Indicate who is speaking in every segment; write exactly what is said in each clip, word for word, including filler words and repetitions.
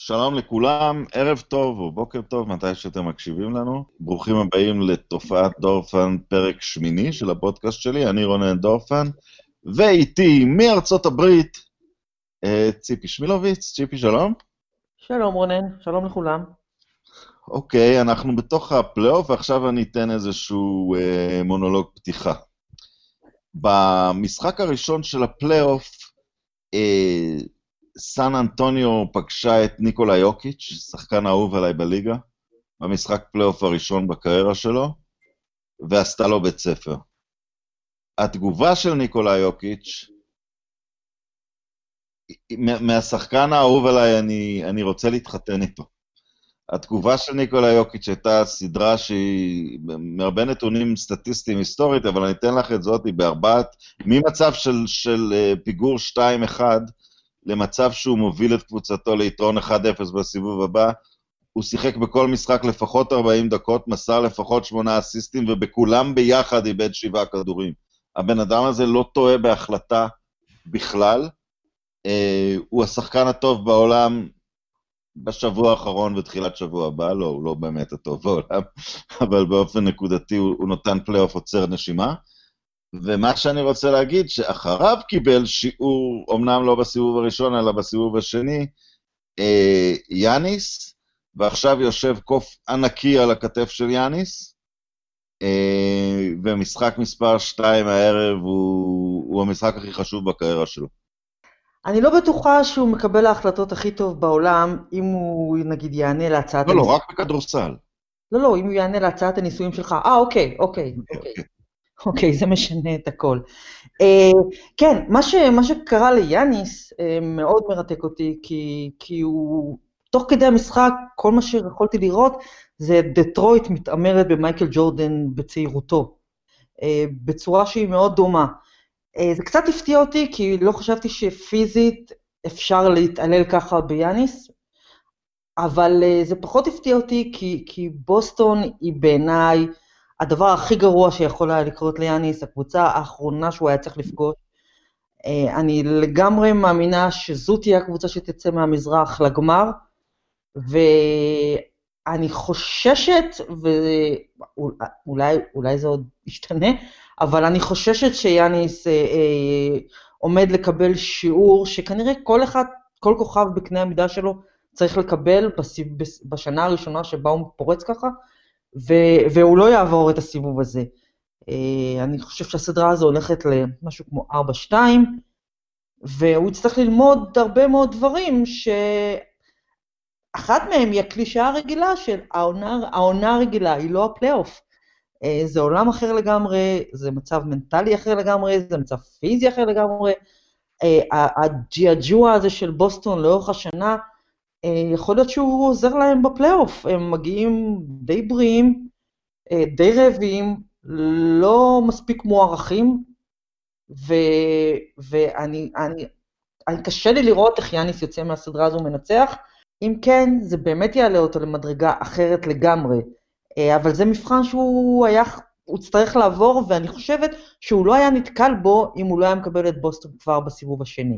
Speaker 1: שלום לכולם, ערב טוב או בוקר טוב, מתי שאתם מקשיבים לנו. ברוכים הבאים לתופעת דורפן, פרק שמיני של הפודקאסט שלי, אני רונן דורפן, ואיתי מארצות הברית, אה, ציפי שמילוביץ. ציפי, שלום.
Speaker 2: שלום רונן, שלום לכולם.
Speaker 1: אוקיי, אנחנו בתוך הפלייאוף, ועכשיו אני אתן איזשהו אה, מונולוג פתיחה. במשחק הראשון של הפלייאוף, אה, סן אנטוניו פגשה את ניקולה יוקיץ', שחקן אהוב עליי בליגה, במשחק פלייאוף הראשון בקריירה שלו, ועשתה לו בית ספר. התגובה של ניקולה יוקיץ', מהשחקן האהוב עליי אני, אני רוצה להתחתן איתו. התגובה של ניקולה יוקיץ' הייתה סדרה שהיא מהרבה נתונים סטטיסטיים היסטורית, אבל אני אתן לך את זאת, היא בארבעת, ממצב של, של פיגור שתיים אחד, למצב שהוא מוביל את קבוצתו ליתרון אחד אפס בסיבוב הבא, הוא שיחק בכל משחק לפחות ארבעים דקות, מסר לפחות שמונה אסיסטים, ובכולם ביחד איבד שבעה כדורים. הבן אדם הזה לא טועה בהחלטה בכלל, אה, הוא השחקן הטוב בעולם בשבוע האחרון ותחילת שבוע הבא, לא, הוא לא באמת הטוב בעולם, אבל באופן נקודתי הוא, הוא נותן פלייאוף עוצר נשימה, ומה שאני רוצה להגיד, שאחריו קיבל שיעור, אמנם לא בסיבוב הראשון, אלא בסיבוב השני, אה, יאניס, ועכשיו יושב קוף ענקי על הכתף של יאניס, אה, ומשחק מספר שתיים הערב הוא, הוא המשחק הכי חשוב בקריירה שלו.
Speaker 2: אני לא בטוחה שהוא מקבל ההחלטות הכי טוב בעולם, אם הוא נגיד יענה להצעת
Speaker 1: לא,
Speaker 2: הניסויים.
Speaker 1: לא, רק בכדורסל.
Speaker 2: לא, לא, אם הוא יענה להצעת הניסויים שלך. אה, אוקיי, אוקיי, אוקיי. אוקיי, זה משנה את הכל. Uh, כן, מה, ש, מה שקרה ליאניס uh, מאוד מרתק אותי, כי, כי הוא, תוך כדי המשחק, כל מה שיכולתי לראות, זה דטרויט מתאמרת במייקל ג'ורדן בצעירותו, uh, בצורה שהיא מאוד דומה. Uh, זה קצת הפתיע אותי, כי לא חשבתי שפיזית אפשר להתעלל ככה ביאניס, אבל uh, זה פחות הפתיע אותי, כי, כי בוסטון היא בעיניי, הדבר הכי גרוע שיכול היה לקרות ליאניס, הקבוצה האחרונה שהוא היה צריך לפגוש. אני לגמרי מאמינה שזו תהיה הקבוצה שתצא מהמזרח לגמר, ואני חוששת, ואולי אולי זה עוד ישתנה, אבל אני חוששת שיאניס עומד לקבל שיעור, שכנראה כל אחד, כל כוכב בקנה המידה שלו, צריך לקבל בשנה הראשונה שבה הוא פורץ ככה, ו- והוא לא יעבור את הסיבוב הזה. אני חושב שהסדרה הזו הולכת למשהו כמו ארבע שתיים, והוא יצטרך ללמוד הרבה מאוד דברים, שאחת מהם היא הקלישה הרגילה של העונה, העונה הרגילה, היא לא הפלייאוף. זה עולם אחר לגמרי, זה מצב מנטלי אחר לגמרי, זה מצב פיזי אחר לגמרי. הג'יאג'ואה הזה של בוסטון לאורך השנה, יכול להיות שהוא עוזר להם בפלייאוף, הם מגיעים די בריאים, די רעבים, לא מספיק מוערכים, ו, ואני אני, אני קשה לי לראות איך יאניס יוצא מהסדרה הזו מנצח, אם כן, זה באמת יעלה אותו למדרגה אחרת לגמרי, אבל זה מבחן שהוא היה, הוא צריך לעבור, ואני חושבת שהוא לא היה נתקל בו, אם הוא לא היה מקבל את בוסטון כבר בסיבוב השני.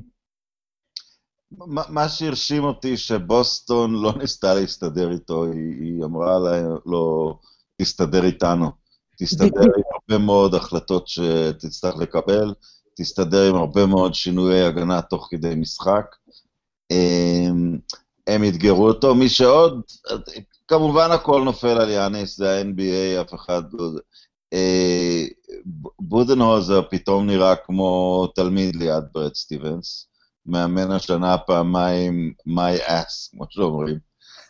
Speaker 1: מה שהרשים אותי שבוסטון לא ניסתה להסתדר איתו, היא, היא אמרה לו, תסתדר איתנו, תסתדר עם הרבה מאוד החלטות שתצטרך לקבל, תסתדר עם הרבה מאוד שינויי הגנה תוך כדי משחק, הם, הם התגרו אותו, מי שעוד, כמובן הכל נופל על יאניס, זה ה-אן בי איי, אף אחד לא זה, בודנהוזר פתאום נראה כמו תלמיד ליד ברד סטיבנס, מאמן השנה פעמיים my ass, כמו שאומרים.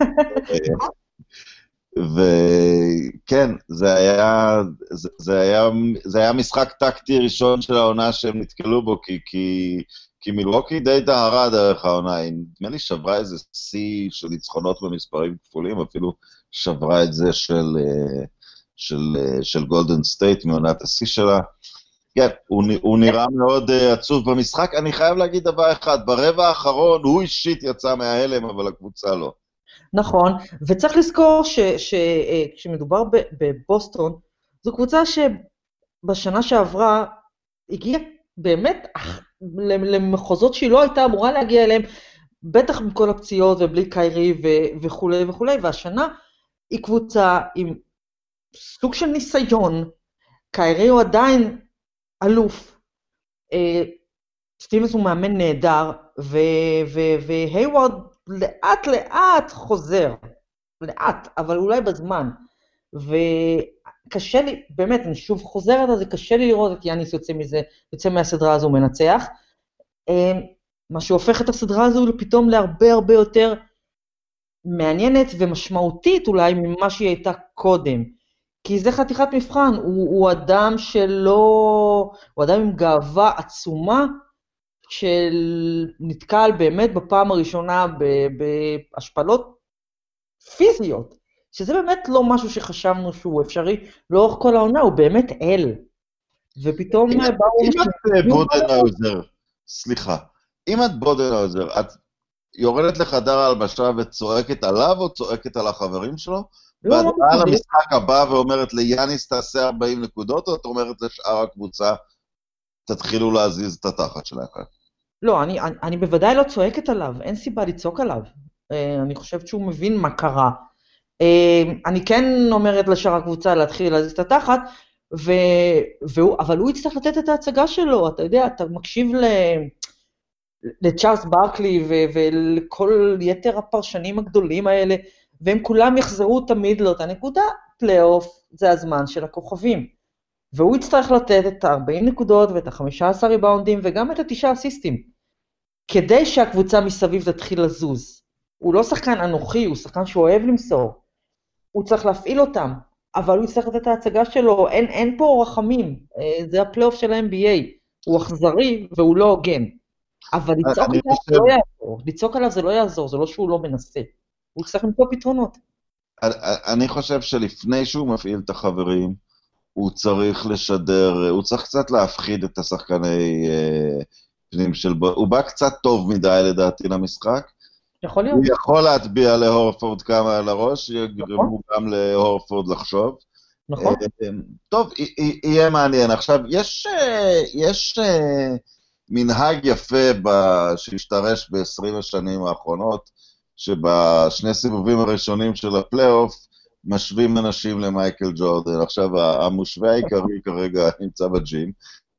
Speaker 1: וכן, זה היה, זה, זה היה, זה היה משחק טקטי ראשון של העונה שהם נתקלו בו, כי, כי, כי מילווקי די דהרה דרך העונה, היא נדמה לי שברה איזה שיא של ניצחונות במספרים כפולים, אפילו שברה את זה של, של, של גולדן סטייט מעונת השיא שלה. כן, הוא, הוא נראה מאוד uh, עצוב במשחק. אני חייב להגיד דבר אחד, ברבע האחרון הוא אישית יצא מההלם, אבל הקבוצה לא.
Speaker 2: נכון, וצריך לזכור שכשמדובר בבוסטון, זו קבוצה שבשנה שעברה הגיעה באמת למחוזות שהיא לא הייתה אמורה להגיע אליהם, בטח עם כל הפציעות ובלי קיירי ו- וכולי וכולי, והשנה היא קבוצה עם סוג של ניסיון, קיירי הוא עדיין אלוף, אה, סטיבנס הוא מאמן נהדר, והיוורד לאט לאט חוזר, לאט, אבל אולי בזמן, וקשה לי, באמת, אני שוב חוזרת על זה, קשה לי לראות את יאניס יוצא מזה, יוצא מהסדרה הזו מנצח, מה שהופך את הסדרה הזו פתאום להרבה הרבה יותר מעניינת ומשמעותית אולי ממה שהיא הייתה קודם, כי זה חתיכת מבחן, הוא, הוא אדם שלא, הוא אדם עם גאווה עצומה, שנתקל באמת בפעם הראשונה בהשפלות פיזיות, שזה באמת לא משהו שחשבנו שהוא אפשרי, לאורך כל העונה הוא באמת אל, ופתאום
Speaker 1: אם את בודנהאוזר, סליחה, אם את בודנהאוזר, את יורדת לחדר ההלבשה וצועקת עליו או צועקת על החברים שלו? ואת באה למשחק הבא ואומרת ליאניס תעשה ארבעים נקודות, או את אומרת לשאר הקבוצה, תתחילו להזיז את התחת שלכם?
Speaker 2: לא, אני, אני, אני בוודאי לא צועקת עליו, אין סיבה לצעוק עליו. אני חושבת שהוא מבין מה קרה. אני כן אומרת לשאר הקבוצה להתחיל להזיז את התחת, ו, והוא, אבל הוא יצטרך לתת את ההצגה שלו, אתה יודע, אתה מקשיב ל... לצ'ארלס ברקלי ו- ולכל יתר הפרשנים הגדולים האלה, והם כולם יחזרו תמיד לאותה נקודה, פלייאוף זה הזמן של הכוכבים. והוא יצטרך לתת את ה-ארבעים נקודות ואת ה-חמישה עשר ריבאונדים וגם את התשעה אסיסטים, כדי שהקבוצה מסביב תתחיל לזוז. הוא לא שחקן אנוכי, הוא שחקן שאוהב למסור. הוא צריך להפעיל אותם, אבל הוא יצטרך לתת את ההצגה שלו, אין, אין פה רחמים, זה הפלייאוף של ה-אן בי איי, הוא אכזרי והוא לא הוגן. אבל לצעוק עליו זה לא יעזור, לצעוק עליו זה לא יעזור, זה לא שהוא לא מנסה, הוא צריך למצוא פתרונות.
Speaker 1: אני חושב שלפני שהוא מפעיל את החברים, הוא צריך לשדר, הוא צריך קצת להפחיד את השחקני פנים של בו, הוא בא קצת טוב מדי לדעתי למשחק,
Speaker 2: יכול להיות.
Speaker 1: הוא יכול להטביע להורפורד כמה על הראש, יגרמו גם להורפורד לחשוב.
Speaker 2: נכון.
Speaker 1: טוב, יהיה מעניין. עכשיו, יש, יש מנהג יפה שהשתרש ב-עשרים השנים האחרונות, שבשני סיבובים הראשונים של הפלייאוף, משווים אנשים למייקל ג'ורדן. עכשיו, המושווה העיקרי כרגע נמצא בג'ים,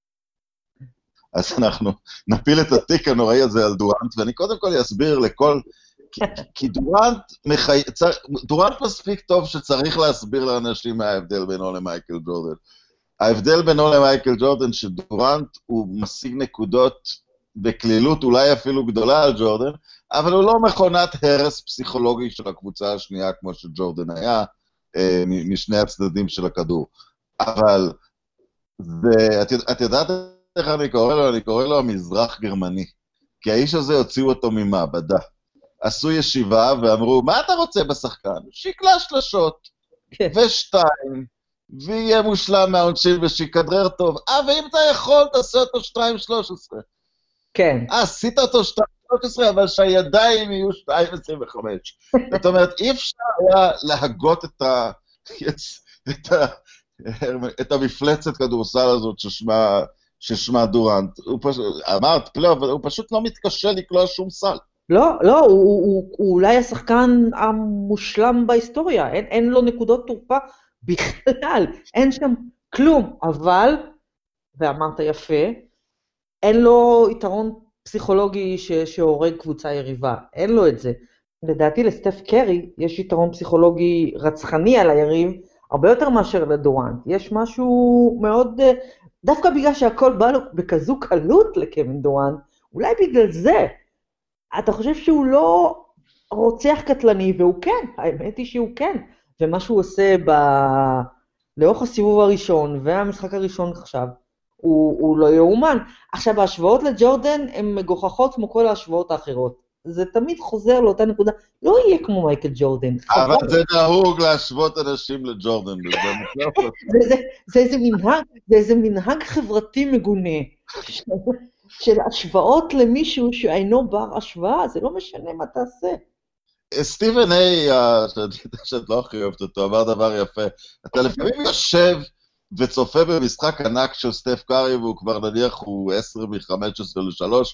Speaker 1: אז אנחנו נפיל את התיק הנוראי הזה על דורנט, ואני קודם כל אסביר לכל, כי, כי דורנט, מחי... צר... דורנט מספיק טוב שצריך להסביר לאנשים מה ההבדל בינו למייקל ג'ורדן. ההבדל בינו למייקל ג'ורדן שדורנט הוא משיג נקודות בכלילות אולי אפילו גדולה על ג'ורדן, אבל הוא לא מכונת הרס פסיכולוגי של הקבוצה השנייה כמו שג'ורדן היה, אה, משני הצדדים של הכדור. אבל זה, את, את יודעת איך אני קורא לו? אני קורא לו המזרח גרמני. כי האיש הזה הוציאו אותו ממעבדה. עשו ישיבה ואמרו, מה אתה רוצה בשחקן? שיקלה שלשות, ושתיים, ויהיה מושלם מהעונשין ושיקדרר טוב. אה, ואם אתה יכול, תעשה אותו שתיים שלוש עשרה.
Speaker 2: כן.
Speaker 1: אה, עשית אותו שתיים שלוש עשרה, אבל שהידיים יהיו שתיים עשרים וחמש. זאת אומרת, אי אפשר היה להגות את ה... את ה... את המפלצת כדורסל הזאת ששמה... ששמה דורנט, הוא פשוט, אמרת, פלייאוף, הוא פשוט לא מתקשה לקלוע שום סל.
Speaker 2: לא, לא, הוא, הוא, הוא אולי השחקן המושלם בהיסטוריה, אין, אין לו נקודות תורפה בכלל, אין שם כלום, אבל, ואמרת יפה, אין לו יתרון פסיכולוגי ש, שהורג קבוצה יריבה, אין לו את זה. לדעתי לסטף קרי יש יתרון פסיכולוגי רצחני על היריב, הרבה יותר מאשר לדורנט, יש משהו מאוד... דווקא בגלל שהכל בא לו בכזו קלות לקווין דורנט, אולי בגלל זה, אתה חושב שהוא לא רוצח קטלני, והוא כן, האמת היא שהוא כן, ומה שהוא עושה ב... לאורך הסיבוב הראשון, והמשחק הראשון עכשיו, הוא, הוא לא יאומן. עכשיו, ההשוואות לג'ורדן הן מגוחכות כמו כל ההשוואות האחרות. זה תמיד חוזר לאותה נקודה, לא יהיה כמו מייקל ג'ורדן.
Speaker 1: אבל זה נהוג להשוות אנשים לג'ורדן.
Speaker 2: זה, זה, זה איזה מנהג, זה איזה מנהג חברתי מגונה, של השוואות למישהו שאינו בר השוואה, זה לא משנה מה תעשה.
Speaker 1: סטיבן איי, שאת לא הכי אוהבת אותו, אמר דבר יפה, אתה לפעמים יושב וצופה במשחק ענק של סטף קארי, והוא כבר נניח הוא עשר מחמש עשרה לשלוש,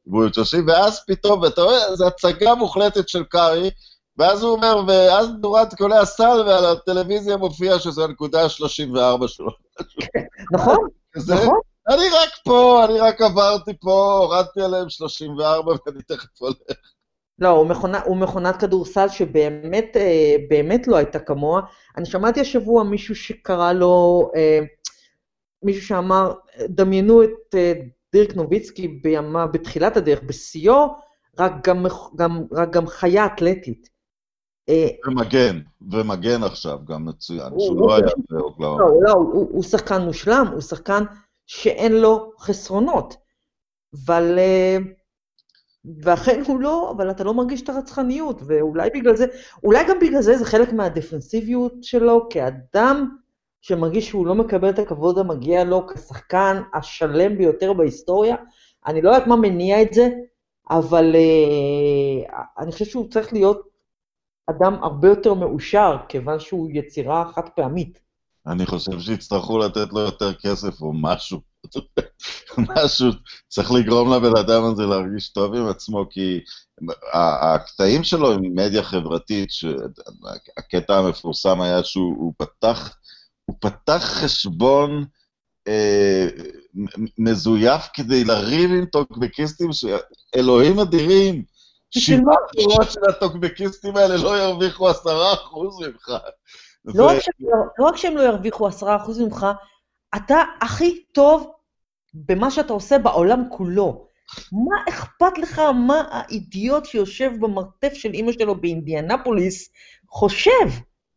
Speaker 1: דמויות שורשים, ואז פתאום, ואתה רואה, זו הצגה מוחלטת של קארי, ואז הוא אומר, ואז דורנט קולע סל, ועל הטלוויזיה מופיע שזו הנקודה שלושים וארבע שלו.
Speaker 2: נכון, נכון.
Speaker 1: אני רק פה, אני רק עברתי פה, הורדתי עליהם שלושים וארבע, ואני תכף הולך.
Speaker 2: לא, הוא, מכונה, הוא מכונת כדורסל שבאמת באמת לא הייתה כמוה. אני שמעתי השבוע מישהו שקרא לו, מישהו שאמר, דמיינו את דירק נוביצקי בימה, בתחילת הדרך, בסיור, רק גם, גם, רק גם חיה אתלטית.
Speaker 1: ומגן, ומגן עכשיו גם מצוין, שהוא לא היה באוקלהומה.
Speaker 2: לא, לא, הוא, הוא שחקן מושלם, הוא שחקן שאין לו חסרונות, אבל... ואכן הוא לא, אבל אתה לא מרגיש את הרצחניות, ואולי בגלל זה, אולי גם בגלל זה זה חלק מהדפנסיביות שלו, כאדם שמרגיש שהוא לא מקבל את הכבוד המגיע לו, כשחקן השלם ביותר בהיסטוריה. אני לא יודעת מה מניע את זה, אבל uh, אני חושב שהוא צריך להיות אדם הרבה יותר מאושר, כיוון שהוא יצירה חד פעמית.
Speaker 1: אני חושב שיצטרכו לתת לו יותר כסף או משהו. משהו, צריך לגרום לבן אדם הזה להרגיש טוב עם עצמו, כי הקטעים שלו עם מדיה חברתית, הקטע המפורסם היה שהוא פתח, הוא פתח חשבון אה, מזויף כדי לריב עם טוקבקיסטים שאלוהים אדירים, שבעה חירות של הטוקבקיסטים האלה לא ירוויחו עשרה אחוז ממך.
Speaker 2: לא רק שהם לא, רק שהם לא ירוויחו עשרה אחוז ממך, אתה הכי טוב במה שאתה עושה בעולם כולו. מה אכפת לך, מה האידיוט שיושב במרתף של אמא שלו באינדיאנפוליס חושב?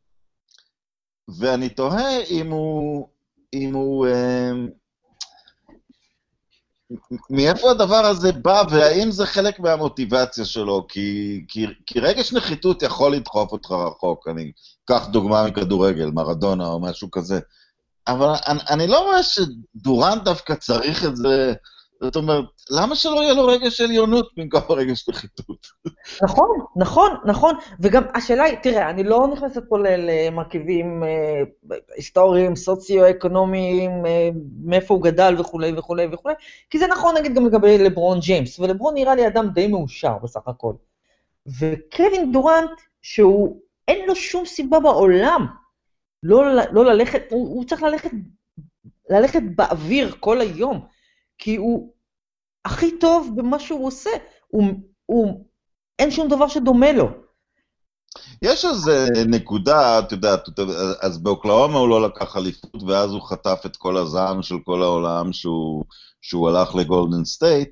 Speaker 1: ואני תוהה אם הוא, אם הוא, אה, מאיפה הדבר הזה בא, והאם זה חלק מהמוטיבציה שלו, כי, כי, כי רגש נחיתות יכול לדחוף אותך רחוק. אני אקח דוגמה מכדורגל, מרדונה או משהו כזה. אבל אני, אני לא רואה שדורנט דווקא צריך את זה, זאת אומרת, למה שלא יהיה לו רגש עליונות במקום רגש נחיתות?
Speaker 2: נכון, נכון, נכון, וגם השאלה היא, תראה, אני לא נכנסת פה למרכיבים אה, היסטוריים, סוציו-אקונומיים, אה, מאיפה הוא גדל וכו' וכו' וכו', כי זה נכון נגיד גם לגבי לברון ג'יימס, ולברון נראה לי אדם די מאושר בסך הכל. וקווין דורנט, שהוא אין לו שום סיבה בעולם, לא, לא ללכת, הוא, הוא צריך ללכת, ללכת באוויר כל היום, כי הוא הכי טוב במה שהוא עושה, הוא, הוא, אין שום דבר שדומה לו.
Speaker 1: יש איזה נקודה, את יודעת, אז באוקלהומה הוא לא לקח אליפות, ואז הוא חטף את כל הזעם של כל העולם שהוא, שהוא הלך לגולדן סטייט,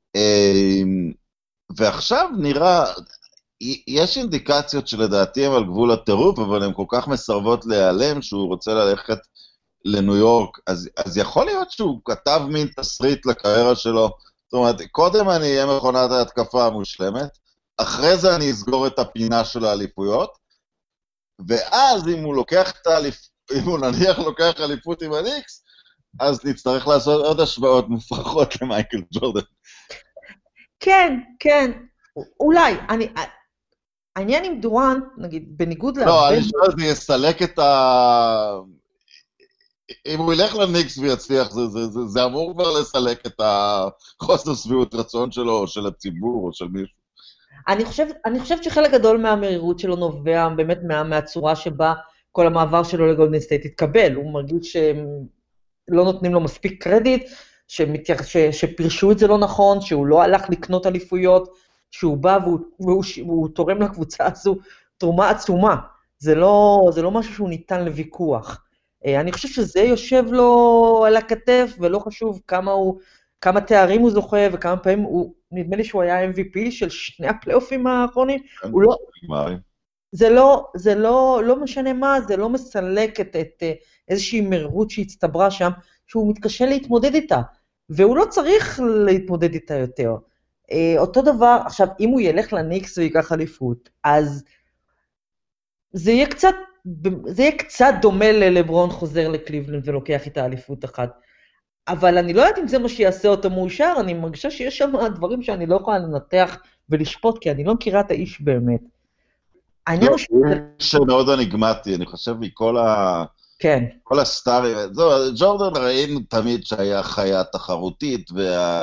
Speaker 1: ועכשיו נראה, יש אינדיקציות שלדעתי הם על גבול הטירוף, אבל הן כל כך מסרבות להיעלם שהוא רוצה ללכת לניו יורק, אז, אז יכול להיות שהוא כתב מין תסריט לקריירה שלו, זאת אומרת, קודם אני אהיה מכונת ההתקפה המושלמת, אחרי זה אני אסגור את הפינה של האליפויות, ואז אם הוא לוקח את האליפות, אם הוא נניח לוקח אליפות עם הניקס, אז נצטרך לעשות עוד השוואות מופרכות למייקל ג'ורדן.
Speaker 2: כן, כן, אולי, אני... העניין עם דורנט, נגיד, בניגוד להרבה...
Speaker 1: לא, אני חושב שזה יסלק את ה... אם הוא ילך לניקס ויצליח, זה, זה, זה, זה אמור כבר לסלק את החוסר שביעות רצון שלו, או של הציבור, או של מישהו.
Speaker 2: אני חושבת, אני חושבת שחלק גדול מהמהירות שלו נובע באמת מה, מהצורה שבה כל המעבר שלו לגולדן סטייט התקבל. הוא מרגיש שהם לא נותנים לו מספיק קרדיט, שמתייח, ש, שפרשו את זה לא נכון, שהוא לא הלך לקנות אליפויות, שהוא בא והוא, והוא, והוא תורם לקבוצה הזו תרומה עצומה. זה לא, זה לא משהו שהוא ניתן לוויכוח. אני חושב שזה יושב לו על הכתף, ולא חשוב כמה, הוא, כמה תארים הוא זוכה, וכמה פעמים הוא, נדמה לי שהוא היה אם וי פי של שני הפלייאופים האחרונים, הוא לא, זה לא, זה לא, לא משנה מה, זה לא מסלק את, את איזושהי מרירות שהצטברה שם, שהוא מתקשה להתמודד איתה, והוא לא צריך להתמודד איתה יותר. אותו דבר, עכשיו, אם הוא ילך לניקס ויקח אליפות, אז זה יהיה קצת, זה יהיה קצת דומה ללברון חוזר לקליבלנד ולוקח איתה אליפות אחת. אבל אני לא יודעת אם זה מה שיעשה אותו מאושר, אני מרגישה שיש שם דברים שאני לא יכולה לנתח ולשפוט, כי אני לא מכירה את האיש באמת. העניין הוא
Speaker 1: שמאוד אניגמטי, אני חושב מכל ה...
Speaker 2: כן.
Speaker 1: כל הסטארים, ג'ורדן ראינו תמיד שהיה חיה תחרותית,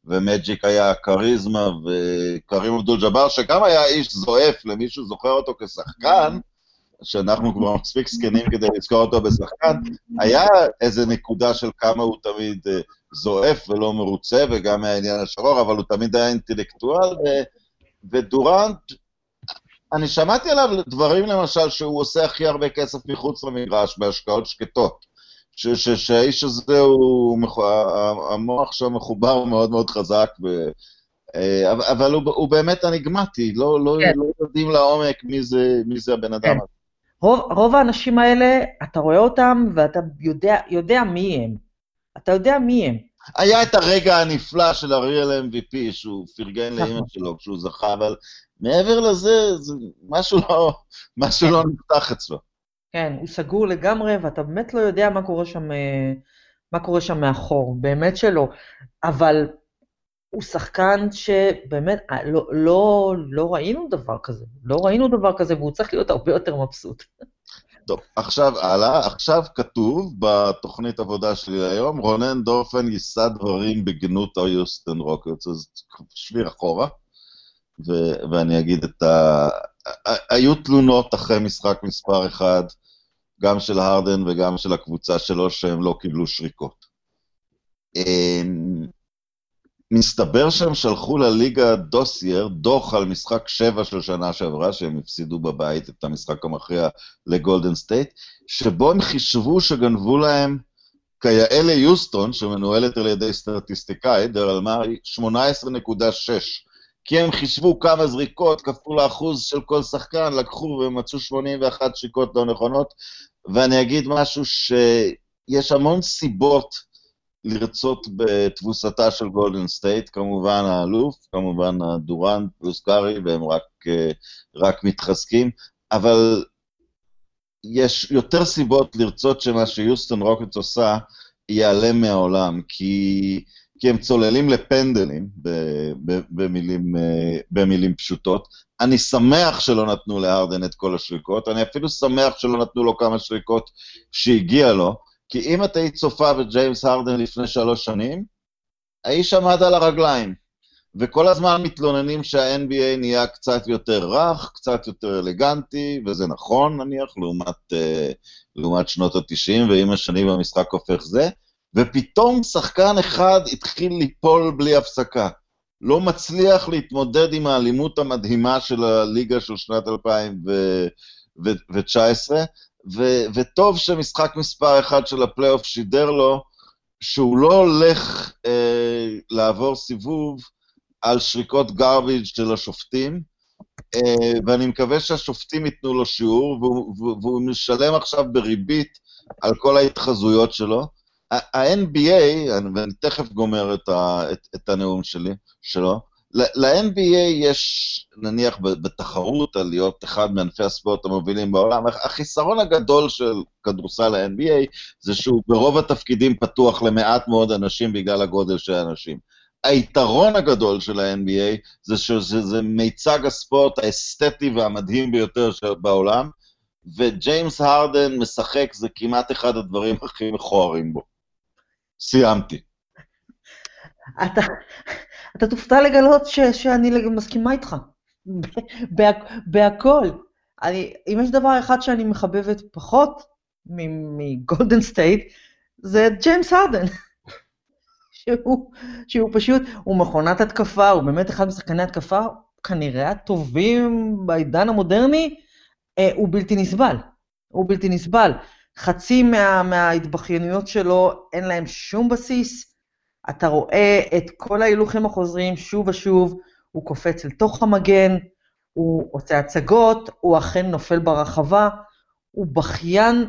Speaker 1: ומג'יק היה קריזמה, וקרים אבדול ג'אבר, שגם היה איש זועף, למישהו זוכר אותו כשחקן, שאנחנו כבר מספיק סקנים כדי לזכור אותו בשחקן, היה איזה נקודה של כמה הוא תמיד זועף ולא מרוצה, וגם מהעניין השחור, אבל הוא תמיד היה אינטלקטואל, ו... ודורנט, אני שמעתי עליו דברים למשל שהוא עושה הכי הרבה כסף מחוץ למגרש בהשקעות שקטות, ש- ש- שהאיש הזה הוא, המוח שם מחובר מאוד מאוד חזק, ו- אבל הוא, הוא באמת אניגמטי, לא, לא, כן. לא יודעים לעומק מי זה, מי זה הבן אדם.
Speaker 2: כן. רוב, רוב האנשים האלה, אתה רואה אותם ואתה יודע, יודע מי הם. אתה יודע מי הם.
Speaker 1: היה את הרגע הנפלא של אריאל אם וי פי, שהוא פרגן לאמא שלו כשהוא זכה, אבל מעבר לזה, זה משהו לא, משהו לא נפתח אצלו.
Speaker 2: כן, הוא סגור לגמרי, ואתה באמת לא יודע מה קורה שם, מה קורה שם מאחור, באמת שלא. אבל הוא שחקן שבאמת, לא, לא, לא ראינו דבר כזה, לא ראינו דבר כזה, והוא צריך להיות הרבה יותר מבסוט.
Speaker 1: טוב, עכשיו הלאה, עכשיו כתוב בתוכנית עבודה שלי היום, רונן דורפן יישא דברים בגנות היוסטון רוקטס, אז שבי אחורה, ו- ואני אגיד את ה... היו תלונות אחרי משחק מספר אחד, גם של הרדן וגם של הקבוצה שלו, שהם לא קיבלו שריקות. מסתבר שהם שלחו לליגה דוסייר, דוח על משחק שבע של שנה שעברה, שהם הפסידו בבית את המשחק המכריע לגולדן סטייט, שבו הם חישבו שגנבו להם, כיאה ליוסטון, שמנוהלת על ידי סטטיסטיקאי, דרל מארי, שמונה עשרה נקודה שש. כי הם חישבו כמה זריקות, כפול האחוז של כל שחקן, לקחו ומצאו שמונים ואחת שריקות לא נכונות, ואני אגיד משהו שיש המון סיבות, לרצות בתבוסתה של גולדן סטייט, כמובן האלוף, כמובן הדורנט פלוס קארי, והם רק, רק מתחזקים, אבל יש יותר סיבות לרצות שמה שיוסטון רוקטס עושה ייעלם מהעולם, כי, כי הם צוללים לפנדלים ב, ב, במילים, במילים פשוטות. אני שמח שלא נתנו להרדן את כל השריקות, אני אפילו שמח שלא נתנו לו כמה שריקות שהגיע לו, כי אם את היית צופה בג'יימס הרדן לפני שלוש שנים, האיש עמד על הרגליים, וכל הזמן מתלוננים שה-אן בי איי נהיה קצת יותר רך, קצת יותר אלגנטי, וזה נכון נניח, לעומת, uh, לעומת שנות ה-תשעים, ועם השנים במשחק הופך זה, ופתאום שחקן אחד התחיל ליפול בלי הפסקה, לא מצליח להתמודד עם האלימות המדהימה של הליגה של שנת אלפיים תשע עשרה, ו- וטוב שמשחק מספר אחד של הפלייאוף שידר לו, שהוא לא הולך אה, לעבור סיבוב על שריקות גרביג' של השופטים, אה, ואני מקווה שהשופטים ייתנו לו שיעור, והוא, והוא משלם עכשיו בריבית על כל ההתחזויות שלו. ה-אן בי איי, ואני תכף גומר את, ה- את, את הנאום שלי, שלו, ל-אן בי איי יש, נניח, בתחרות על להיות אחד מענפי הספורט המובילים בעולם, החיסרון הגדול של כדורסל ל-אן בי איי זה שהוא ברוב התפקידים פתוח למעט מאוד אנשים בגלל הגודל של האנשים. היתרון הגדול של ה-אן בי איי זה שזה מיצג הספורט האסתטי והמדהים ביותר בעולם, וג'יימס הרדן משחק, זה כמעט אחד הדברים הכי מכוערים בו. סיימתי.
Speaker 2: אתה... אתה תופתע לגלות ש, שאני מסכימה איתך, בה, בהכל. אני, אם יש דבר אחד שאני מחבבת פחות מגולדן סטייט, זה ג'יימס הרדן. שהוא, שהוא פשוט, הוא מכונת התקפה, הוא באמת אחד משחקני התקפה, כנראה הטובים בעידן המודרני, אה, הוא בלתי נסבל. הוא בלתי נסבל. חצי מה, מההתבחיינויות שלו, אין להם שום בסיס, אתה רואה את כל ההילוכים החוזרים שוב ושוב, הוא קופץ לתוך המגן, הוא עושה הצגות, הוא אכן נופל ברחבה, הוא בכיין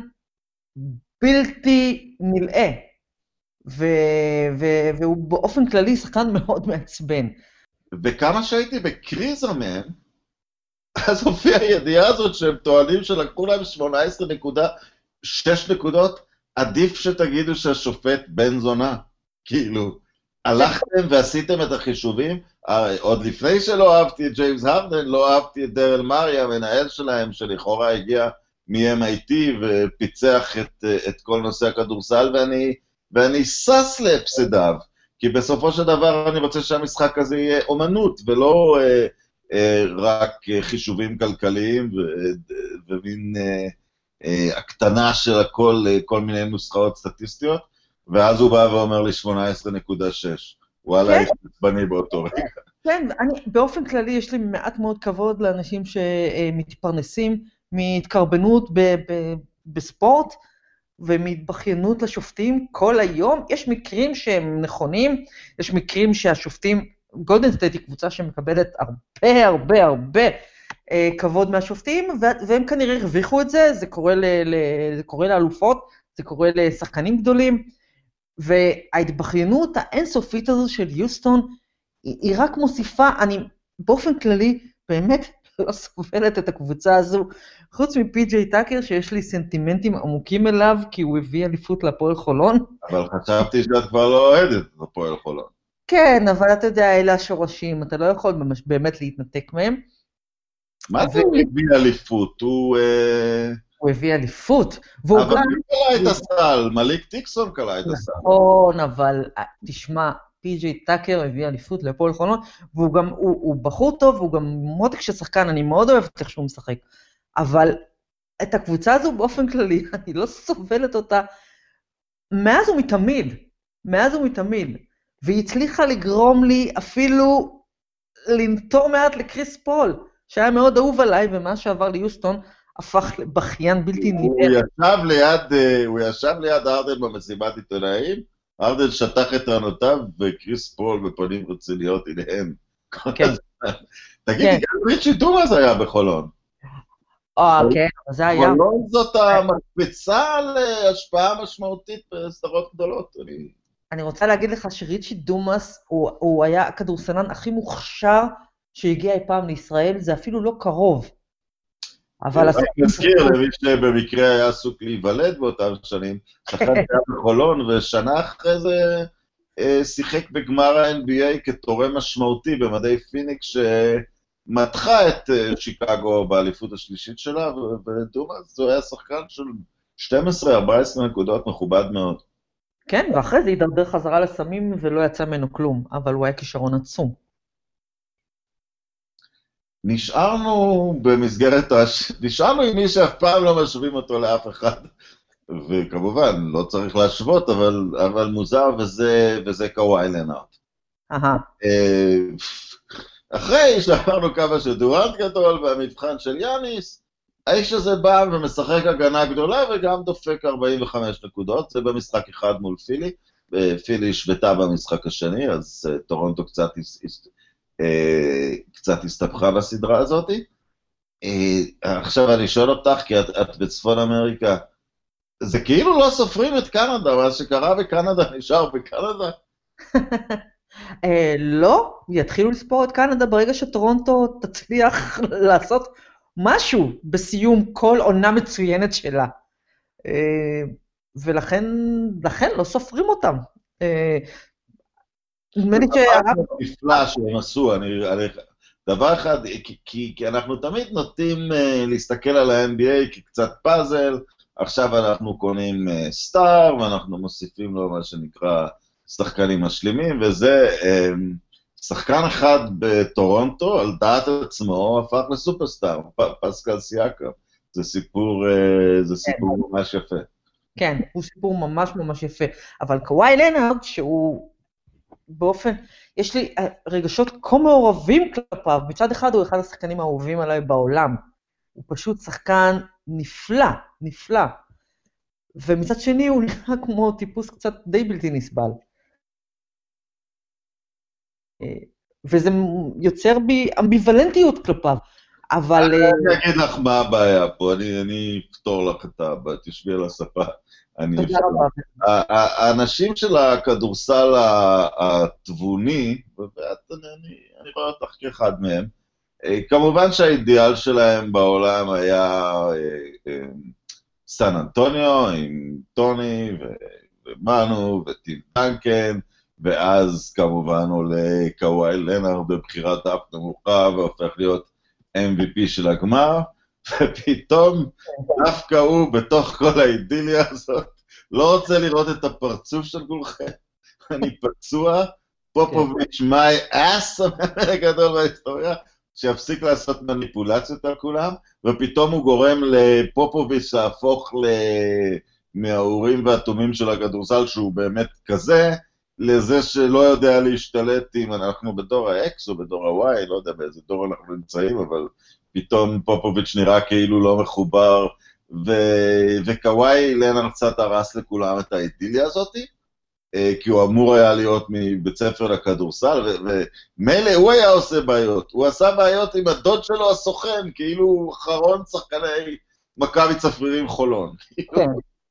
Speaker 2: בלתי נלאה, ו- ו- והוא באופן כללי שחקן מאוד מעצבן.
Speaker 1: וכמה שהייתי בקריזה מהם, אז הופיעה הידיעה הזאת שהם טוענים שלקחו להם שמונה עשרה נקודה שש נקודות, עדיף שתגידו שהשופט בן זונה. כאילו, הלכתם ועשיתם את החישובים, עוד לפני שלא אהבתי את ג'יימס הרדן, לא אהבתי את דרל מארי, המנהל שלהם, שלכאורה הגיע מ-אם איי טי ופיצח את, את כל נושא הכדורסל, ואני, ואני סס להפסדיו, כי בסופו של דבר אני רוצה שהמשחק הזה יהיה אומנות, ולא אה, אה, רק חישובים כלכליים, ו- ומין אה, אה, הקטנה של הכל, כל מיני נוסחאות סטטיסטיות, ואז הוא בא ואומר לי שמונה עשרה נקודה שש. וואלה,
Speaker 2: כן.
Speaker 1: יש עצבני באותו רגע.
Speaker 2: כן, אני, באופן כללי יש לי מעט מאוד כבוד לאנשים שמתפרנסים מהתקרבנות ב, ב, בספורט ומהתבכיינות לשופטים כל היום. יש מקרים שהם נכונים, יש מקרים שהשופטים, גולדן סטייט היא קבוצה שמקבלת הרבה הרבה הרבה אה, כבוד מהשופטים, והם כנראה הרוויחו את זה, זה קורה, ל, ל, זה קורה לאלופות, זה קורה לשחקנים גדולים, וההתבכיינות האינסופית הזו של יוסטון, היא רק מוסיפה, אני באופן כללי באמת לא סובלת את הקבוצה הזו, חוץ מפי-ג'יי טאקר שיש לי סנטימנטים עמוקים אליו, כי הוא הביא אליפות לפועל חולון.
Speaker 1: אבל חשבתי שאת כבר לא אוהדת לפועל חולון.
Speaker 2: כן, אבל אתה יודע, אלה השורשים, אתה לא יכול באמת להתנתק מהם.
Speaker 1: מה זה הוא הביא אליפות? הוא...
Speaker 2: הוא הביא אליפות.
Speaker 1: אבל הוא קלה את הסל, מליק טיקסון קלה את הסל.
Speaker 2: נכון, אבל תשמע, פי-ג'יי טאקר הביא אליפות לפועל חולון, והוא גם, הוא, הוא בחור טוב, והוא גם מותק ששחקן, אני מאוד אוהבת איך שהוא משחק, אבל את הקבוצה הזו באופן כללי, אני לא סובלת אותה, מאז ומתמיד, מאז ומתמיד, והיא הצליחה לגרום לי אפילו לנטור מעט לקריס פול, שהיה מאוד אהוב עליי, ומה שעבר ליוסטון, הפך לבכיין בלתי נדבר.
Speaker 1: הוא ישב ליד, הוא ישב ליד ארדן במסיבת עיתונאים, ארדן שטח את רענותיו, וקריס פול בפנים רציניות אליהם. תגידי, גם ריצ'י דומאז היה בחולון.
Speaker 2: אה, כן, זה היה.
Speaker 1: חולון זאת המקפצה להשפעה משמעותית בסדרות גדולות.
Speaker 2: אני רוצה להגיד לך שריצ'י דומאז, הוא היה הכדורסלן הכי מוכשר שהגיע אי פעם לישראל, זה אפילו לא קרוב.
Speaker 1: אבל... אני מזכיר למי שבמקרה היה עסוק להיוולד באותם שנים, שחקן היה בחולון, ושנה אחרי זה שיחק בגמר ה-אן בי איי כתורם משמעותי במדי פיניקס, שמתחה את שיקגו באליפות השלישית שלה, ודומאז הוא היה שחקן של שתים עשרה ארבע עשרה נקודות מכובד מאוד.
Speaker 2: כן, ואחרי זה הידרדר חזרה לסמים ולא יצא ממנו כלום, אבל הוא היה כישרון עצום.
Speaker 1: נשארנו במסגרת, הש... נשארנו עם מי שאף פעם לא משווים אותו לאף אחד, וכמובן, לא צריך להשוות, אבל, אבל מוזר, וזה, וזה קוואי לנארד.
Speaker 2: אהה.
Speaker 1: אחרי שאמרנו כמה שדורנט גדול, והמבחן של יאניס, האיש הזה בא ומשחק הגנה גדולה, וגם דופק ארבעים וחמש נקודות, זה במשחק אחד מול פילי, פילי השוותה במשחק השני, אז טורונטו קצת... קצת הסתבכה בסדרה הזאת. עכשיו אני שואל אותך, כי את, את בצפון אמריקה, זה כאילו לא סופרים את קנדה, מה שקרה בקנדה נשאר בקנדה?
Speaker 2: לא, יתחילו לספור את קנדה ברגע שטורונטו תצליח לעשות משהו בסיום כל עונה מצוינת שלה. ולכן לכן לא סופרים אותם. נדמה לי
Speaker 1: נפלא שהם עשו, אני, אני, דבר אחד, כי, כי, כי אנחנו תמיד נוטים uh, להסתכל על ה-אן בי איי כקצת פאזל, עכשיו אנחנו קונים uh, סטאר, ואנחנו מוסיפים לו מה שנקרא שחקנים משלימים, וזה um, שחקן אחד בטורונטו, על דעת עצמו, הפך לסופרסטאר, פ- פסקל סיאקה, זה סיפור, uh, זה סיפור ממש יפה.
Speaker 2: כן, הוא סיפור ממש ממש יפה, אבל קוואי לנארד, שהוא... באופן, יש לי רגשות כה מעורבים כלפיו, מצד אחד הוא אחד השחקנים האהובים עליי בעולם, הוא פשוט שחקן נפלא, נפלא, ומצד שני הוא נראה כמו טיפוס קצת די בלתי נסבל, וזה יוצר בי אמביוולנטיות כלפיו, אבל...
Speaker 1: אני אגיד לך מה הבעיה פה, אני, אני אפתור לך את הבא, תשבי על הספה. האנשים של הכדורסל התבוני, אני רואה אותך כאחד מהם, כמובן שהאידיאל שלהם בעולם היה סן אנטוניו עם טוני ומנו וטים דנקן, ואז כמובן עולה קוואי לנארד בבחירת דף נמוכה והופך להיות אם וי פי של הגמר, ופתאום דווקא הוא בתוך כל האידיליה הזאת, לא רוצה לראות את הפרצוף של כולכם, אני פצוע, פופוביץ' my ass, המאמן הגדול בהיסטוריה, שיפסיק לעשות מניפולציות על כולם, ופתאום הוא גורם לפופוביץ' להפוך מהאורים והתומים של הכדורסל, שהוא באמת כזה, לזה שלא יודע להשתלט אם אנחנו בדור ה-X או בדור ה-Y, לא יודע באיזה דור אנחנו נמצאים, אבל פתאום פופוביץ' נראה כאילו לא מחובר, ו- וקוואי לנארד קצת הרס לכולם את האידיליה הזאת, כי הוא אמור היה להיות מבית ספר לכדורסל, ומילא הוא היה עושה בעיות, הוא עשה בעיות עם הדוד שלו הסוכן, כאילו הוא אחרון שחקני מכבי צפרירים חולון. כן.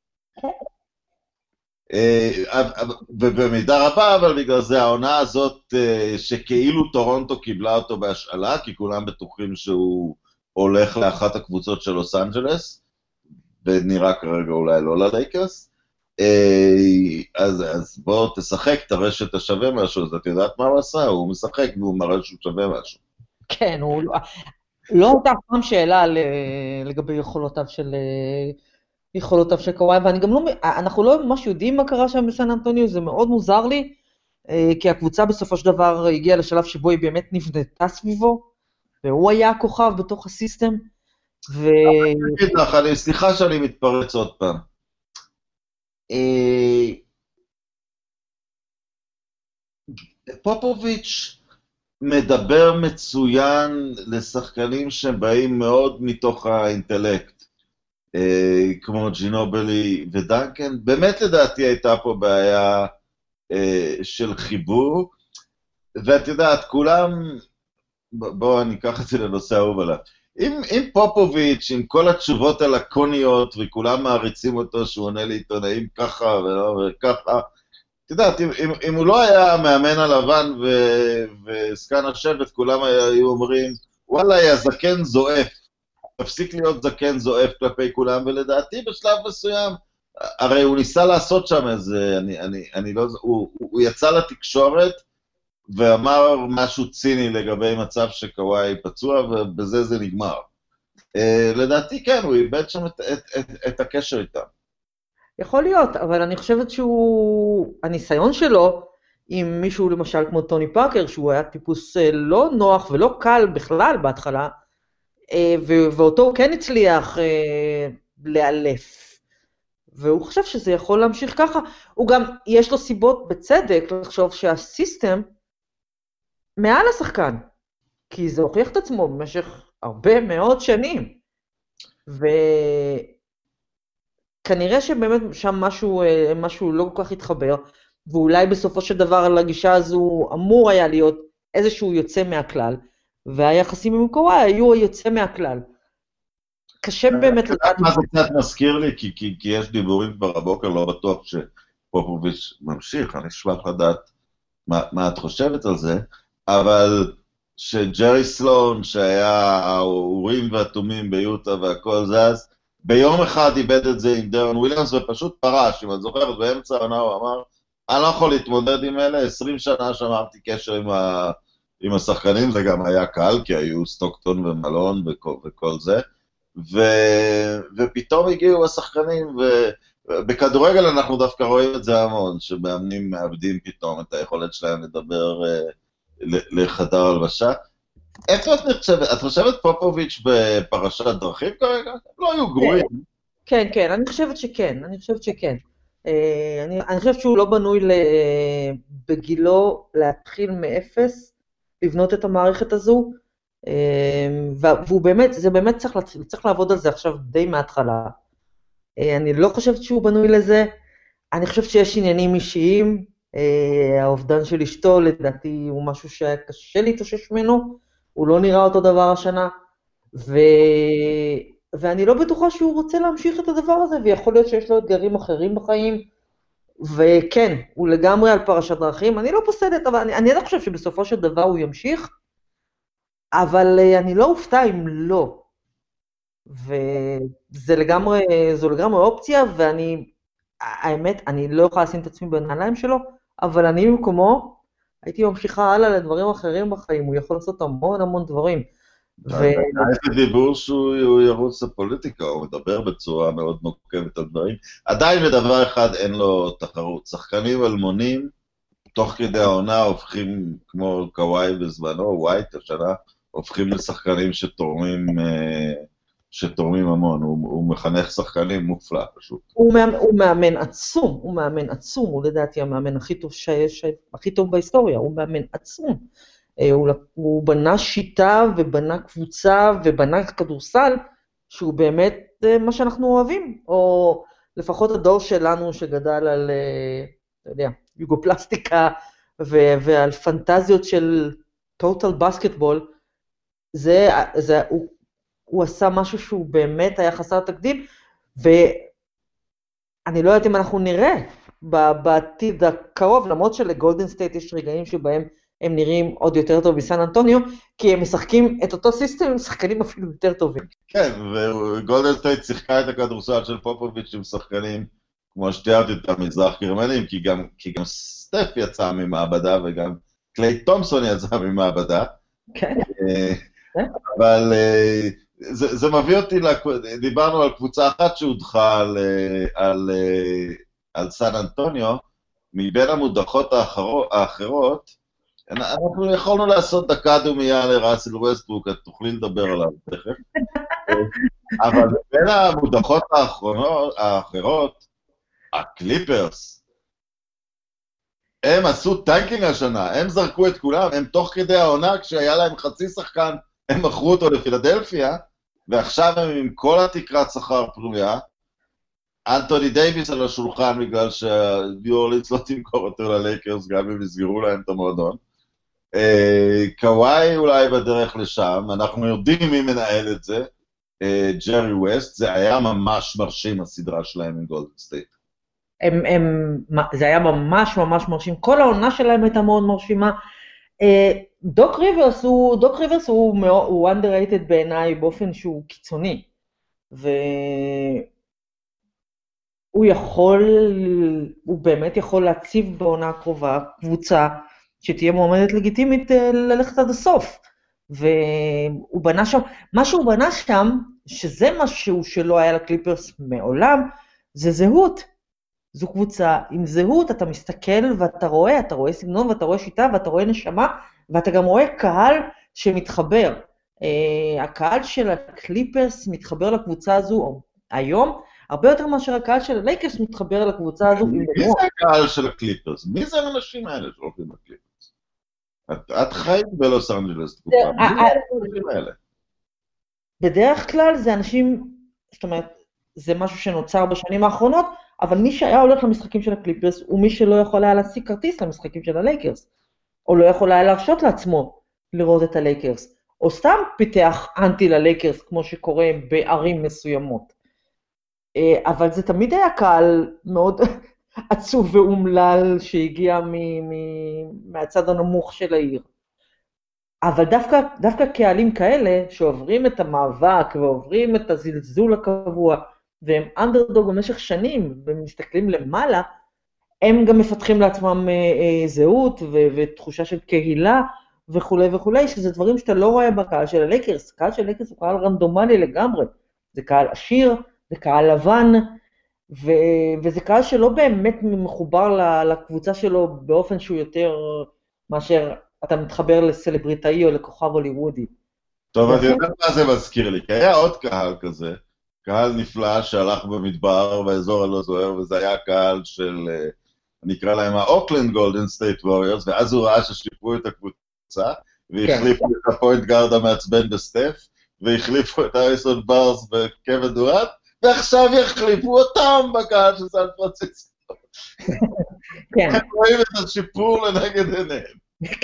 Speaker 1: ובמידה רבה, אבל בגלל זה העונה הזאת, שכאילו טורונטו קיבלה אותו בהשאלה, כי כולם בטוחים שהוא הולך לאחת הקבוצות של לוס אנג'לס, ונראה כרגע אולי לא ללייקרס, אז, אז בוא תשחק, תראה שאתה שווה משהו, אז את יודעת מה הוא עשה, הוא משחק והוא מראה שהוא שווה משהו.
Speaker 2: כן, הוא לא הייתה פעם שאלה לגבי יכולותיו של... יכולותיו של קוואי, ואני גם לא, אנחנו לא ממש יודעים מה קרה שם בסן אנטוניו, זה מאוד מוזר לי, כי הקבוצה בסופו של דבר הגיעה לשלב שבו היא באמת נבנתה סביבו, והוא היה הכוכב בתוך הסיסטם, ו...
Speaker 1: אני, סליחה שאני מתפרץ עוד פעם. פופוביץ' מדבר מצוין לשחקנים שבאים מאוד מתוך האינטלקט, כמו ג'ינובלי ודנקן, באמת לדעתי הייתה פה בעיה של חיבור, ואת יודעת, כולם, בואו אני אקח את זה לנושא האהוב עליו, אם, אם פופוביץ' עם כל התשובות הלקוניות, וכולם מעריצים אותו שהוא עונה לעיתונאים ככה ולא וככה, את יודעת, אם, אם, אם הוא לא היה המאמן הלבן ו, וסקן השבט, כולם היו אומרים, וואלה, יא זקן זועף, תפסיק להיות זקן זועף כלפי כולם, ולדעתי בשלב מסוים, הרי הוא ניסה לעשות שם איזה, אני, אני, אני לא, הוא, הוא יצא לתקשורת, ואמר משהו ציני לגבי מצב שקוואי פצוע, ובזה זה נגמר. לדעתי כן, הוא איבד שם את, את, את, את הקשר איתם.
Speaker 2: יכול להיות, אבל אני חושבת שהוא, הניסיון שלו, עם מישהו למשל כמו טוני פארקר, שהוא היה טיפוס לא נוח ולא קל בכלל בהתחלה, ואותו הוא כן הצליח לאלף. והוא חושב שזה יכול להמשיך ככה. הוא גם, יש לו סיבות בצדק לחשוב שהסיסטם מעל השחקן, כי זה הוכיח את עצמו במשך הרבה מאוד שנים. וכנראה שבאמת שם משהו, משהו לא כל כך התחבר, ואולי בסופו של דבר לגישה הזו אמור היה להיות איזשהו יוצא מהכלל, והיחסים עם קוואי היו יוצא מהכלל. קשה באמת לדעת...
Speaker 1: מה זה קצת מזכיר לי, כי, כי, כי יש דיבורים כבר הבוקר, לא בטוח שפופוביץ' ממשיך, אני אשמח לדעת מה, מה את חושבת על זה, אבל שג'רי סלון, שהיה האורים והתומים ביוטה והכל זז, ביום אחד איבד את זה עם דרן וויליאמס, ופשוט פרש, אם את זוכרת, באמצע העונה הוא אמר, אני לא יכול להתמודד עם אלה, עשרים שנה שמרתי קשר עם, ה... עם השחקנים, זה גם היה קל, כי היו סטוקטון ומלון וכל, וכל זה, ו... ופתאום הגיעו השחקנים, ובכדורגל אנחנו דווקא רואים את זה המון, שמאמנים מאבדים פתאום את היכולת שלהם לדבר לחדר הלבשה. איך את חושבת? את חושבת פופוביץ' בפרשת דרכים כרגע? לא היו גרועים.
Speaker 2: כן, כן, אני חושבת שכן, אני חושבת שכן. אני, אני חושבת שהוא לא בנוי בגילו להתחיל מאפס, לבנות את המערכת הזו, והוא באמת, זה באמת צריך, צריך לעבוד על זה עכשיו די מההתחלה. אני לא חושבת שהוא בנוי לזה, אני חושבת שיש עניינים אישיים, האובדן של אשתו לדעתי הוא משהו שהיה קשה להתאושש ממנו, הוא לא נראה אותו דבר השנה, ו... ואני לא בטוחה שהוא רוצה להמשיך את הדבר הזה, ויכול להיות שיש לו אתגרים אחרים בחיים, וכן, הוא לגמרי על פרשת דרכים, אני לא פוסדת, אבל אני, אני לא חושב שבסופו של דבר הוא ימשיך, אבל אני לא אופתע אם לא, וזה לגמרי, זו לגמרי אופציה, ואני, האמת, אני לא יכולה לשים את עצמי בנעליים שלו, אבל אני במקומו, הייתי ממשיכה הלאה לדברים אחרים בחיים, הוא יכול לעשות המון המון דברים.
Speaker 1: איזה דיבור שהוא ירוץ לפוליטיקה, הוא מדבר בצורה מאוד נוקבת על דברים. עדיין לדבר אחד אין לו תחרות. שחקנים אלמונים, תוך כדי העונה הופכים, כמו קוואי בזמנו, ווייט השנה, הופכים לשחקנים שתורמים, שתורמים המון, הוא, הוא מחנך שחקנים מופלא פשוט.
Speaker 2: הוא, מאמן, הוא מאמן עצום, הוא מאמן עצום, הוא לדעתי המאמן הכי טוב שיש, הכי טוב בהיסטוריה, הוא מאמן עצום. הוא, הוא בנה שיטה ובנה קבוצה ובנה כדורסל, שהוא באמת מה שאנחנו אוהבים, או לפחות הדור שלנו שגדל על, אתה יודע, יוגופלסטיקה ו- ועל פנטזיות של טוטל בסקטבול, זה, זה, הוא, הוא עשה משהו שהוא באמת היה חסר תקדים, ואני לא יודעת אם אנחנו נראה בעתיד הקרוב, למרות שלגולדן סטייט יש רגעים שבהם הם נראים עוד יותר טוב בסן אנטוניו, כי הם משחקים את אותו סיסטם, הם שחקנים אפילו יותר טובים.
Speaker 1: כן, וגולדן סטייט שיחקה את הכדורסל של פופוביץ' עם שחקנים, כמו שתיארתי את המזרח גרמנים, כי גם, כי גם סטף יצא ממעבדה, וגם קליי תומסון יצא ממעבדה.
Speaker 2: כן.
Speaker 1: אבל זה, זה מביא אותי, דיברנו על קבוצה אחת שהודחה על, על, על סן אנטוניו, מבין המודחות האחרות, האחרות, אנחנו יכולנו לעשות דקה דומייה לראסל ווסטברוק, את תוכלי לדבר עליו תכף. אבל בין המודחות האחרונות, האחרות, הקליפרס, הם עשו טנקינג השנה, הם זרקו את כולם, הם תוך כדי העונה, כשהיה להם חצי שחקן, הם מכרו אותו לפילדלפיה, ועכשיו הם עם כל התקרת שכר פנויה, אנטוני דייביס על השולחן, בגלל שניו אורלינס לא תמכור אותו ללייקרס, גם אם יסגרו להם את המועדון. קוואי אולי בדרך לשם, אנחנו יודעים מי מנהל את זה, ג'רי ווסט, זה היה ממש מרשים הסדרה שלהם עם גולדן סטייט.
Speaker 2: הם, הם, זה היה ממש ממש מרשים, כל העונה שלהם הייתה מאוד מרשימה. דוק ריברס הוא, דוק ריברס הוא, הוא underrated בעיניי באופן שהוא קיצוני, והוא יכול, הוא באמת יכול להציב בעונה הקרובה קבוצה שתהיה מועמדת לגיטימית ללכת עד הסוף, והוא בנה שם, מה שהוא בנה שם, שזה משהו שלא היה לקליפרס מעולם, זה זהות. זו קבוצה עם זהות, אתה מסתכל ואתה רואה, אתה רואה סגנון ואתה רואה שיטה ואתה רואה נשמה, ואתה גם רואה קהל שמתחבר. Uh, הקהל של הקליפרס מתחבר לקבוצה הזו היום, הרבה יותר מאשר הקהל של הלייקרס מתחבר לקבוצה הזו.
Speaker 1: מי זה הקהל של הקליפרס? מי זה האנשים האלה שהולכים לקליפרס? את, את חיית בלוס אנג'לס תקופה, מי זה האנשים האלה?
Speaker 2: בדרך כלל זה אנשים, זאת אומרת, זה משהו שנוצר בשנים האחרונות, אבל מי שהיה הולך למשחקים של הקליפרס, הוא מי שלא יכול היה להשיג כרטיס למשחקים של הלייקרס, או לא יכול היה להרשות לעצמו לראות את הלייקרס, או סתם פיתח אנטי ללייקרס, כמו שקורה בערים מסוימות. אבל זה תמיד היה קהל מאוד עצוב ואומלל, שהגיע מ- מ- מהצד הנמוך של העיר. אבל דווקא, דווקא קהלים כאלה, שעוברים את המאבק, ועוברים את הזלזול הקבוע, והם אנדרדוג במשך שנים, ומסתכלים למעלה, הם גם מפתחים לעצמם אה, זהות, ו- ותחושה של קהילה, וכו' וכו', שזה דברים שאתה לא רואה בקהל של הלייקרס. קהל של הלייקרס הוא קהל רנדומלי לגמרי. זה קהל עשיר, זה קהל לבן, ו- וזה קהל שלא באמת מחובר לקבוצה שלו, באופן שהוא יותר מאשר אתה מתחבר לסלבריטאי או לכוכב הוליוודי.
Speaker 1: טוב, אני יודע מה זה מזכיר לי, כי היה עוד קהל כזה, קהל נפלא שהלך במדבר באזור הלא זוהר, וזה היה קהל של, נקרא להם האוקלנד גולדן סטייט ווריורס, ואז הוא ראה ששיפרו את הקבוצה, והחליפו כן. את הפוינט גארד המעצבן בסטף, והחליפו את אריסון ברס בקווין דורנט, ועכשיו יחליפו אותם בקהל של סן פרנסיסקו. כן. הם רואים את השיפור לנגד עיניהם.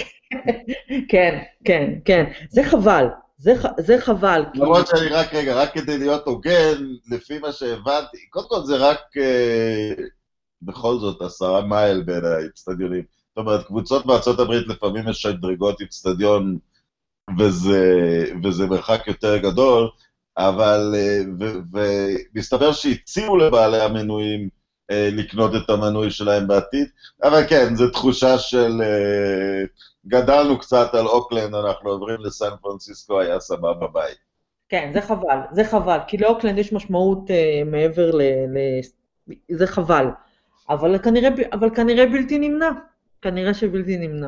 Speaker 2: כן, כן, כן. זה חבל. זה, זה חבל.
Speaker 1: למרות שאני רק, רגע, רק כדי להיות הוגן, לפי מה שהבנתי, קודם כל זה רק, אה, בכל זאת, עשרה מייל בין האצטדיונים. זאת אומרת, קבוצות בארצות הברית לפעמים יש דרגות אצטדיון, וזה, וזה מרחק יותר גדול, אבל, ומסתבר שהציעו לבעלי המנויים אה, לקנות את המנוי שלהם בעתיד, אבל כן, זו תחושה של... אה, גדלנו קצת על אוקלנד, אנחנו עוברים לסן פרנסיסקו, היה סבבה בית.
Speaker 2: כן, זה חבל, זה חבל, כי לאוקלנד יש משמעות uh, מעבר ל... ל... זה חבל, אבל כנראה, אבל כנראה בלתי נמנע. כנראה שבלתי נמנע.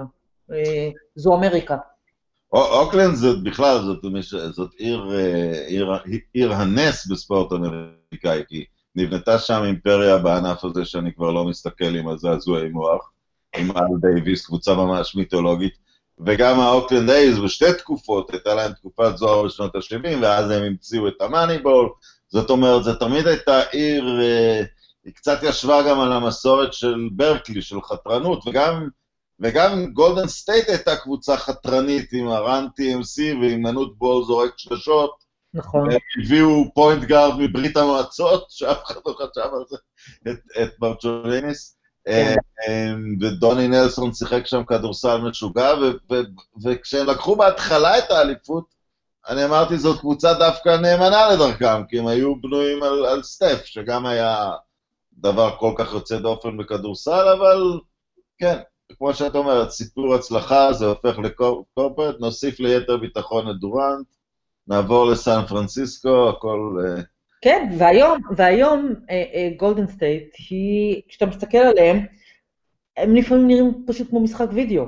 Speaker 2: זו אמריקה.
Speaker 1: אוקלנד זאת בכלל, זאת, זאת עיר, עיר, עיר הנס בספורט אמריקאי, כי נבנתה שם אימפריה בענף הזה שאני כבר לא מסתכל עם הזעזועי מוח, עם אל דייביס, קבוצה ממש מיתולוגית, וגם האוקלנד אייז בשתי תקופות, הייתה להם תקופת זוהר בשנות ה-שבעים, ואז הם המציאו את המאניבול, זאת אומרת, זה תמיד הייתה עיר, היא קצת ישבה גם על המסורת של ברקלי, של חתרנות, וגם, וגם גולדן סטייט הייתה קבוצה חתרנית עם הרן טי אם סי ועם מנות בול זורק שלשות.
Speaker 2: נכון.
Speaker 1: והם הביאו פוינט גארד מברית המועצות, שאף אחד לא חשב על זה, את, את ברצ'וליניס. כן. ודוני נלסון שיחק שם כדורסל משוגע, ו- ו- וכשהם לקחו בהתחלה את האליפות, אני אמרתי זאת קבוצה דווקא נאמנה לדרכם, כי הם היו בנויים על, על סטף, שגם היה דבר כל כך יוצא דופן בכדורסל, אבל כן, כמו שאת אומרת, סיפור הצלחה, זה הופך לקורפרט, נוסיף ליתר ביטחון את דורנט, נעבור לסן פרנסיסקו, הכל...
Speaker 2: כן, והיום, והיום גולדן סטייט, כשאתה מסתכל עליהם, הם לפעמים נראים פשוט כמו משחק וידאו.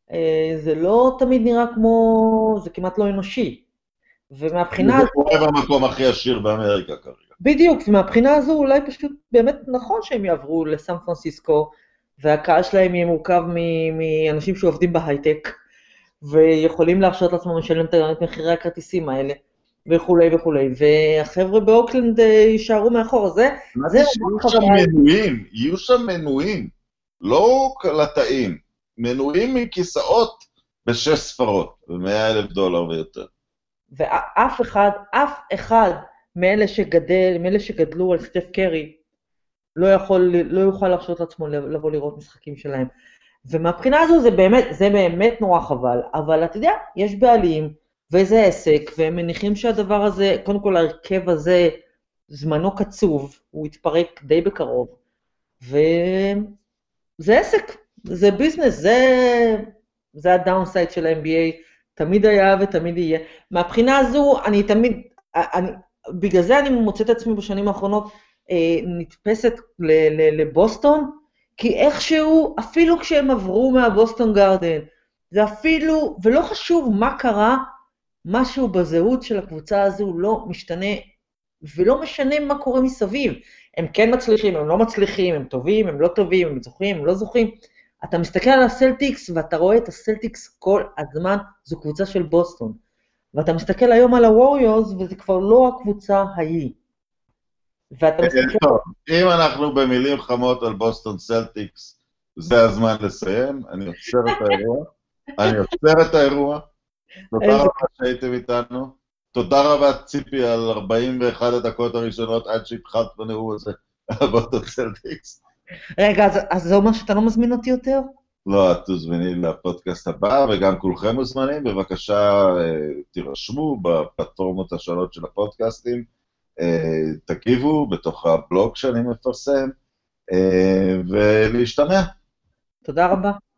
Speaker 2: זה לא תמיד נראה כמו, זה כמעט לא אנושי. ומהבחינה...
Speaker 1: זה קורה במקום הכי עשיר באמריקה כרגע.
Speaker 2: בדיוק, ומהבחינה הזו אולי פשוט באמת נכון שהם יעברו לסן פרנסיסקו, והקהל שלהם יהיה מורכב מאנשים שעובדים בהייטק, ויכולים להרשות לעצמם לשלם את מחירי הכרטיסים האלה, וכולי וכולי, והחבר'ה באוקלנד יישארו מאחור, זה...
Speaker 1: מה זה שיהיו שם מנויים, יהיו שם מנויים, לא קלטאים, מנויים מכיסאות בשש ספרות, ב-מאה אלף דולר ויותר.
Speaker 2: ואף אחד, אף אחד מאלה שגדל, מאלה שגדלו על סטף קרי, לא יכול, לא יוכל להרשות לעצמו לבוא לראות משחקים שלהם. ומהבחינה הזו זה באמת, זה באמת נורא חבל, אבל אתה יודע, יש בעלים, וזה עסק, והם מניחים שהדבר הזה, קודם כל הרכב הזה, זמנו קצוב, הוא יתפרק די בקרוב, וזה עסק, זה ביזנס, זה, זה הדאונסייד של ה-אן בי איי, תמיד היה ותמיד יהיה. מהבחינה הזו, אני תמיד, אני, בגלל זה אני מוצאת עצמי בשנים האחרונות, נתפסת לבוסטון, כי איכשהו, אפילו כשהם עברו מהבוסטון גארדן, זה אפילו, ולא חשוב מה קרה, משהו בזהות של הקבוצה הזו לא משתנה, ולא משנה מה קורה מסביב. הם כן מצליחים, הם לא מצליחים, הם טובים, הם לא טובים, הם זוכים, הם לא זוכים. אתה מסתכל על הסלטיקס, ואתה רואה את הסלטיקס כל הזמן, זו קבוצה של בוסטון. ואתה מסתכל היום על הווריורס, וזה כבר לא הקבוצה ההיא. ואתה מסתכל...
Speaker 1: טוב, אם אנחנו במילים חמות על בוסטון סלטיקס, זה הזמן לסיים, אני עוצר את האירוע, אני עוצר את האירוע, תודה רבה שהייתם איתנו, תודה רבה ציפי על ארבעים ואחת הדקות הראשונות עד שהתחלת בנאום הזה על בוסטון סלטיקס.
Speaker 2: רגע, אז, אז זה אומר שאתה לא מזמין אותי יותר?
Speaker 1: לא, את תוזמני לפודקאסט הבא, וגם כולכם מוזמנים, בבקשה תירשמו בפלטפורמות השונות של הפודקאסטים, תגיבו בתוך הבלוג שאני מפרסם, ולהשתמע.
Speaker 2: תודה רבה.